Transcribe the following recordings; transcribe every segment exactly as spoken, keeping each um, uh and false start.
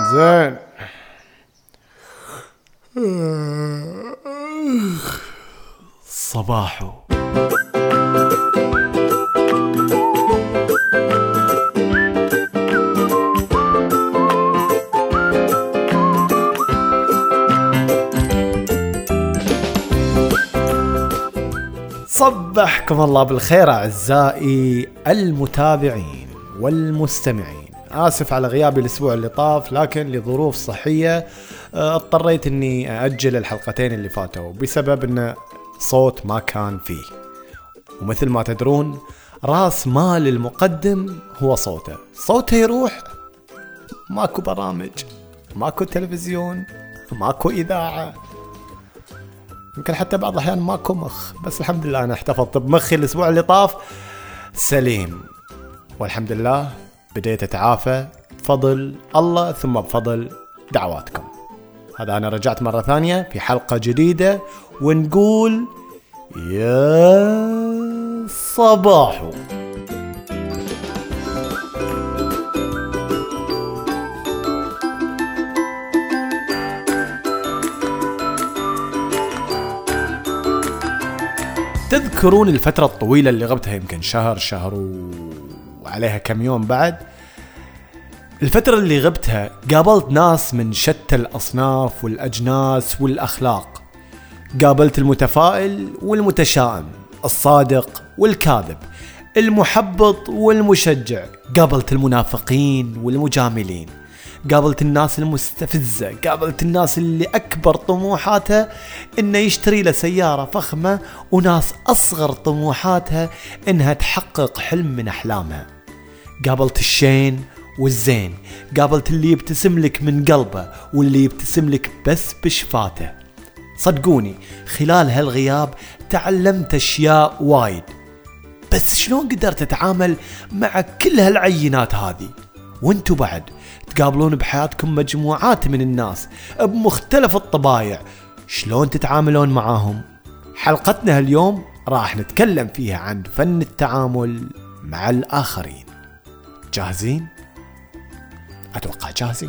زين. صباحو. صبحكم الله بالخير أعزائي المتابعين والمستمعين. آسف على غيابي الأسبوع اللي طاف، لكن لظروف صحية اضطريت أني أأجل الحلقتين اللي فاتوا بسبب أن صوت ما كان فيه. ومثل ما تدرون راس مال المقدم هو صوته. صوته يروح ماكو برامج، ماكو تلفزيون، ماكو إذاعة، يمكن حتى بعض الأحيان ماكو مخ. بس الحمد لله أنا احتفظت بمخي الأسبوع اللي طاف سليم، والحمد لله بديت أتعافى بفضل الله ثم بفضل دعواتكم. هذا أنا رجعت مرة ثانية في حلقة جديدة ونقول يا صباحو. تذكرون الفترة الطويلة اللي غبتها، يمكن شهر شهر وعليها كم يوم بعد؟ الفترة اللي غبتها قابلت ناس من شتى الأصناف والأجناس والأخلاق. قابلت المتفائل والمتشائم، الصادق والكاذب، المحبط والمشجع. قابلت المنافقين والمجاملين. قابلت الناس المستفزة. قابلت الناس اللي أكبر طموحاتها إنه يشتري له سيارة فخمة، وناس أصغر طموحاتها إنها تحقق حلم من أحلامها. قابلت الشين والزين. قابلت اللي يبتسم لك من قلبه واللي يبتسم لك بس بشفاته. صدقوني خلال هالغياب تعلمت أشياء وايد. بس شلون قدرت أتعامل مع كل هالعينات هذه؟ وانتو بعد تقابلون بحياتكم مجموعات من الناس بمختلف الطبايع، شلون تتعاملون معاهم؟ حلقتنا اليوم راح نتكلم فيها عن فن التعامل مع الآخرين. جاهزين؟ أتوقع جاهزين.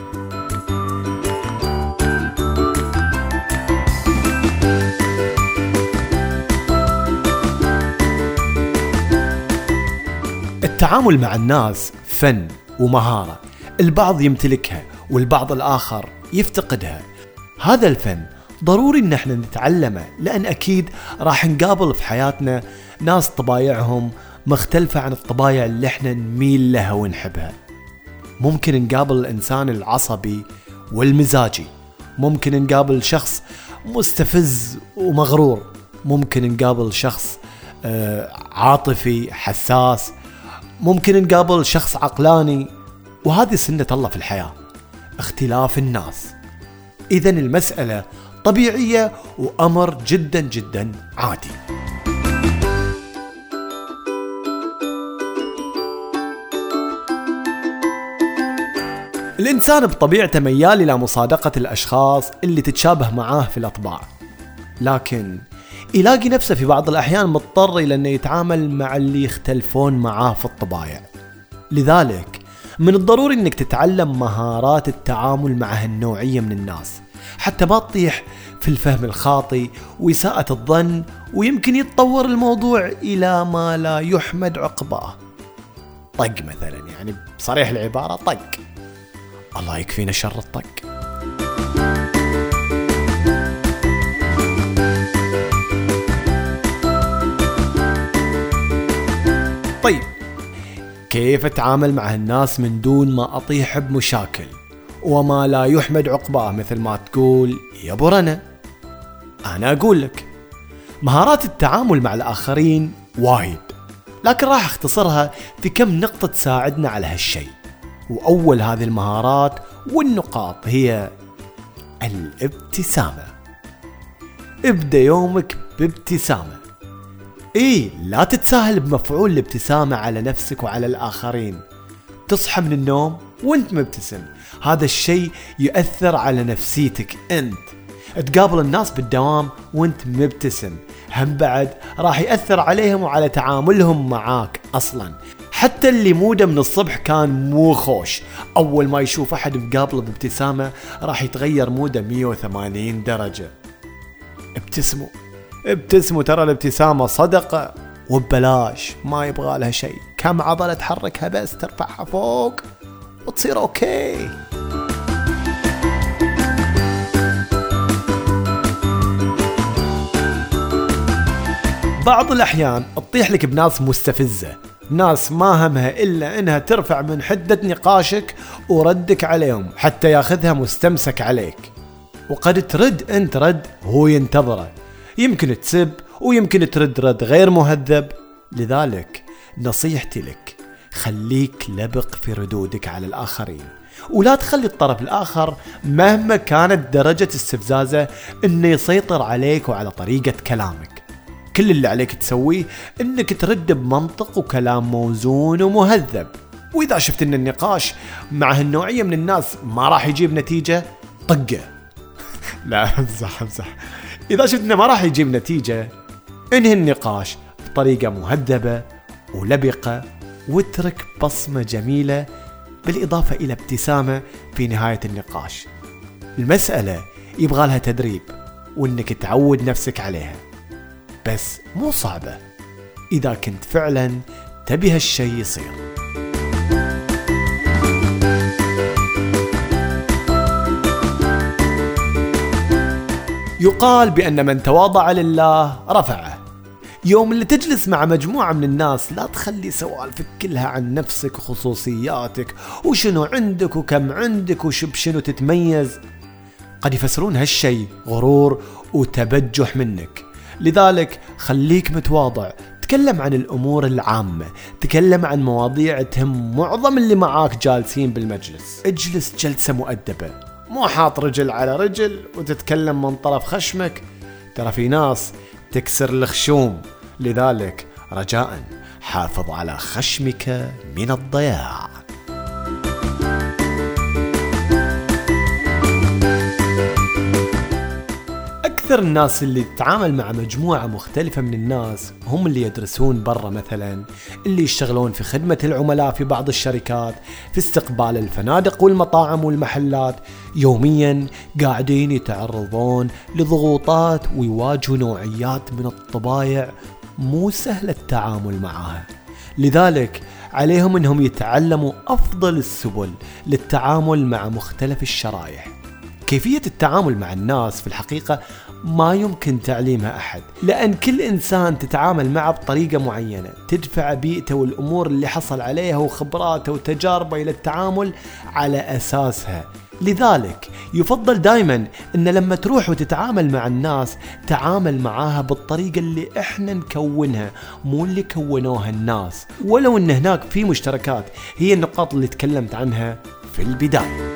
التعامل مع الناس فن ومهارة، البعض يمتلكها والبعض الآخر يفتقدها. هذا الفن ضروري ان احنا نتعلمه، لأن أكيد راح نقابل في حياتنا ناس طبايعهم مختلفة عن الطبايع اللي احنا نميل لها ونحبها. ممكن نقابل الإنسان العصبي والمزاجي، ممكن نقابل شخص مستفز ومغرور، ممكن نقابل شخص آه عاطفي حساس، ممكن نقابل شخص عقلاني. وهذه سنة الله في الحياة، اختلاف الناس. إذن المسألة طبيعية وأمر جدا جدا عادي. الإنسان بطبيعته ميال إلى مصادقة الأشخاص اللي تتشابه معاه في الأطباع، لكن يلاقي نفسه في بعض الأحيان مضطر إلى أنه يتعامل مع اللي يختلفون معاه في الطبايع. لذلك من الضروري أنك تتعلم مهارات التعامل مع هالنوعية من الناس، حتى ما تطيح في الفهم الخاطئ وإساءة الظن، ويمكن يتطور الموضوع إلى ما لا يحمد عقباه. طق مثلا، يعني بصريح العبارة طق. الله يكفينا شر الطق. طيب كيف اتعامل مع الناس من دون ما اطيح بمشاكل وما لا يحمد عقباه، مثل ما تقول يا برنا؟ انا اقول لك مهارات التعامل مع الاخرين وايد، لكن راح اختصرها في كم نقطة تساعدنا على هالشيء. واول هذه المهارات والنقاط هي الابتسامة. ابدأ يومك بابتسامة. ايه، لا تتساهل بمفعول الابتسامة على نفسك وعلى الآخرين. تصحى من النوم وانت مبتسم، هذا الشيء يؤثر على نفسيتك انت. تقابل الناس بالدوام وانت مبتسم، هم بعد راح يأثر عليهم وعلى تعاملهم معاك أصلا. حتى اللي موده من الصبح كان مو خوش، أول ما يشوف أحد مقابله بابتسامة راح يتغير موده مية وثمانين درجة. ابتسموا ابتسموا، ترى الابتسامة صدقة وببلاش، ما يبغى لها شيء، كم عضلة تحركها بس ترفعها فوق وتصير أوكي. بعض الأحيان تطيح لك بناس مستفزة، ناس ما همها إلا إنها ترفع من حدة نقاشك وردك عليهم حتى ياخذها مستمسك عليك، وقد ترد أنت رد هو ينتظره، يمكن تسب ويمكن ترد رد غير مهذب. لذلك نصيحتي لك، خليك لبق في ردودك على الآخرين، ولا تخلي الطرف الآخر مهما كانت درجة استفزازه إنه يسيطر عليك وعلى طريقة كلامك. كل اللي عليك تسويه إنك ترد بمنطق وكلام موزون ومهذب. وإذا شفت إن النقاش مع هالنوعية من الناس ما راح يجيب نتيجة، طقه. لا امزح امزح. إذا شفت إنه ما راح يجيب نتيجة، انهي النقاش بطريقة مهذبة ولبقة، واترك بصمة جميلة بالإضافة إلى ابتسامة في نهاية النقاش. المسألة يبغى لها تدريب وإنك تعود نفسك عليها، بس مو صعبة إذا كنت فعلا تبي هالشي يصير. يقال بأن من تواضع لله رفعه. يوم اللي تجلس مع مجموعة من الناس لا تخلي سوالفك كلها عن نفسك وخصوصياتك وشنو عندك وكم عندك وشبشنو تتميز، قد يفسرون هالشي غرور وتبجح منك. لذلك خليك متواضع، تكلم عن الأمور العامة، تكلم عن مواضيع تهم معظم اللي معاك جالسين بالمجلس. اجلس جلسة مؤدبة، مو حاط رجل على رجل وتتكلم من طرف خشمك، ترى في ناس تكسر الخشوم. لذلك رجاء حافظ على خشمك من الضياع. أكثر الناس اللي تتعامل مع مجموعة مختلفة من الناس هم اللي يدرسون برا مثلا، اللي يشتغلون في خدمة العملاء في بعض الشركات، في استقبال الفنادق والمطاعم والمحلات، يوميا قاعدين يتعرضون لضغوطات ويواجهوا نوعيات من الطبايع مو سهل التعامل معها. لذلك عليهم انهم يتعلموا أفضل السبل للتعامل مع مختلف الشرائح. كيفية التعامل مع الناس في الحقيقة ما يمكن تعليمها أحد، لأن كل إنسان تتعامل معه بطريقة معينة، تدفع بيئته والأمور اللي حصل عليها وخبراته وتجاربه إلى التعامل على أساسها. لذلك يفضل دايما أن لما تروح وتتعامل مع الناس تعامل معاها بالطريقة اللي إحنا نكونها، مو اللي كونوها الناس، ولو أن هناك في مشتركات هي النقاط اللي تكلمت عنها في البداية.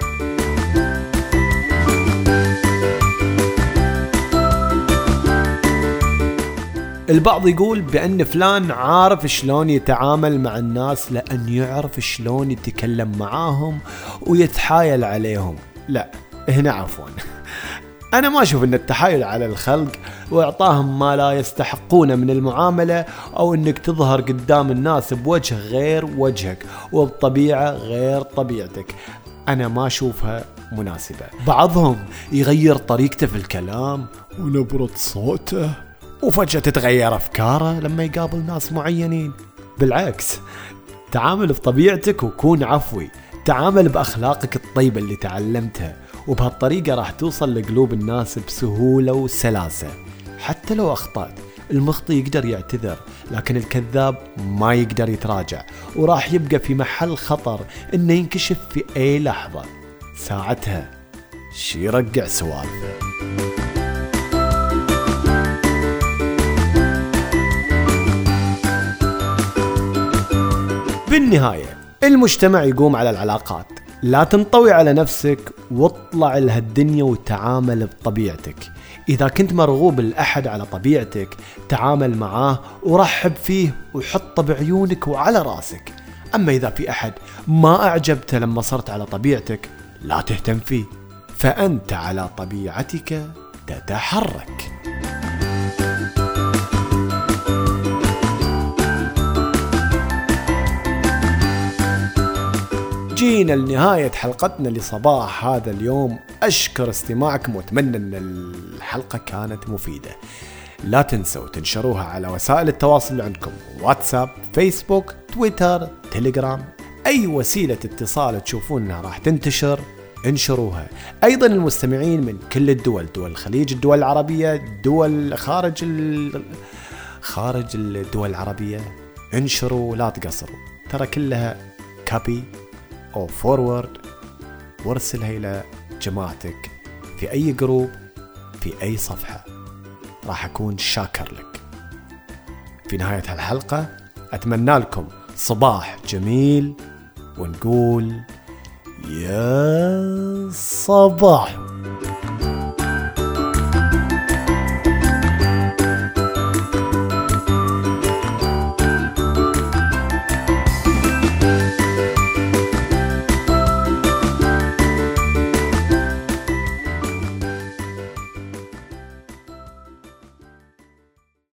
البعض يقول بأن فلان عارف شلون يتعامل مع الناس لأن يعرف شلون يتكلم معاهم ويتحايل عليهم. لا، هنا عفوا أنا ما أشوف أن التحايل على الخلق وإعطاهم ما لا يستحقون من المعاملة، أو أنك تظهر قدام الناس بوجه غير وجهك وبطبيعة غير طبيعتك، أنا ما أشوفها مناسبة. بعضهم يغير طريقته في الكلام ونبرة صوته، وفجأة تتغير أفكاره لما يقابل ناس معينين. بالعكس، تعامل بطبيعتك وكون عفوي، تعامل بأخلاقك الطيبة اللي تعلمتها، وبهالطريقة راح توصل لقلوب الناس بسهولة وسلاسة. حتى لو أخطأت، المخطئ يقدر يعتذر، لكن الكذاب ما يقدر يتراجع، وراح يبقى في محل خطر إنه ينكشف في أي لحظة. ساعتها شي يرجع سوالفه. بالنهاية المجتمع يقوم على العلاقات، لا تنطوي على نفسك واطلع لهالدنيا وتعامل بطبيعتك. إذا كنت مرغوب الأحد على طبيعتك تعامل معاه ورحب فيه وحطه بعيونك وعلى راسك. أما إذا في أحد ما أعجبته لما صرت على طبيعتك لا تهتم فيه، فأنت على طبيعتك تتحرك. وجينا لنهاية حلقتنا لصباح هذا اليوم. أشكر استماعكم وأتمنى أن الحلقة كانت مفيدة. لا تنسوا تنشروها على وسائل التواصل اللي عندكم، واتساب، فيسبوك، تويتر، تيليجرام، أي وسيلة اتصال تشوفونها راح تنتشر انشروها. أيضا المستمعين من كل الدول، دول الخليج، الدول العربية، دول خارج ال... خارج الدول العربية، انشروا لا تقصروا، ترى كلها كابي أو فورورد وارسلها إلى جماعتك في أي جروب في أي صفحة، راح أكون شاكر لك. في نهاية هالحلقة أتمنى لكم صباح جميل، ونقول يا صباح.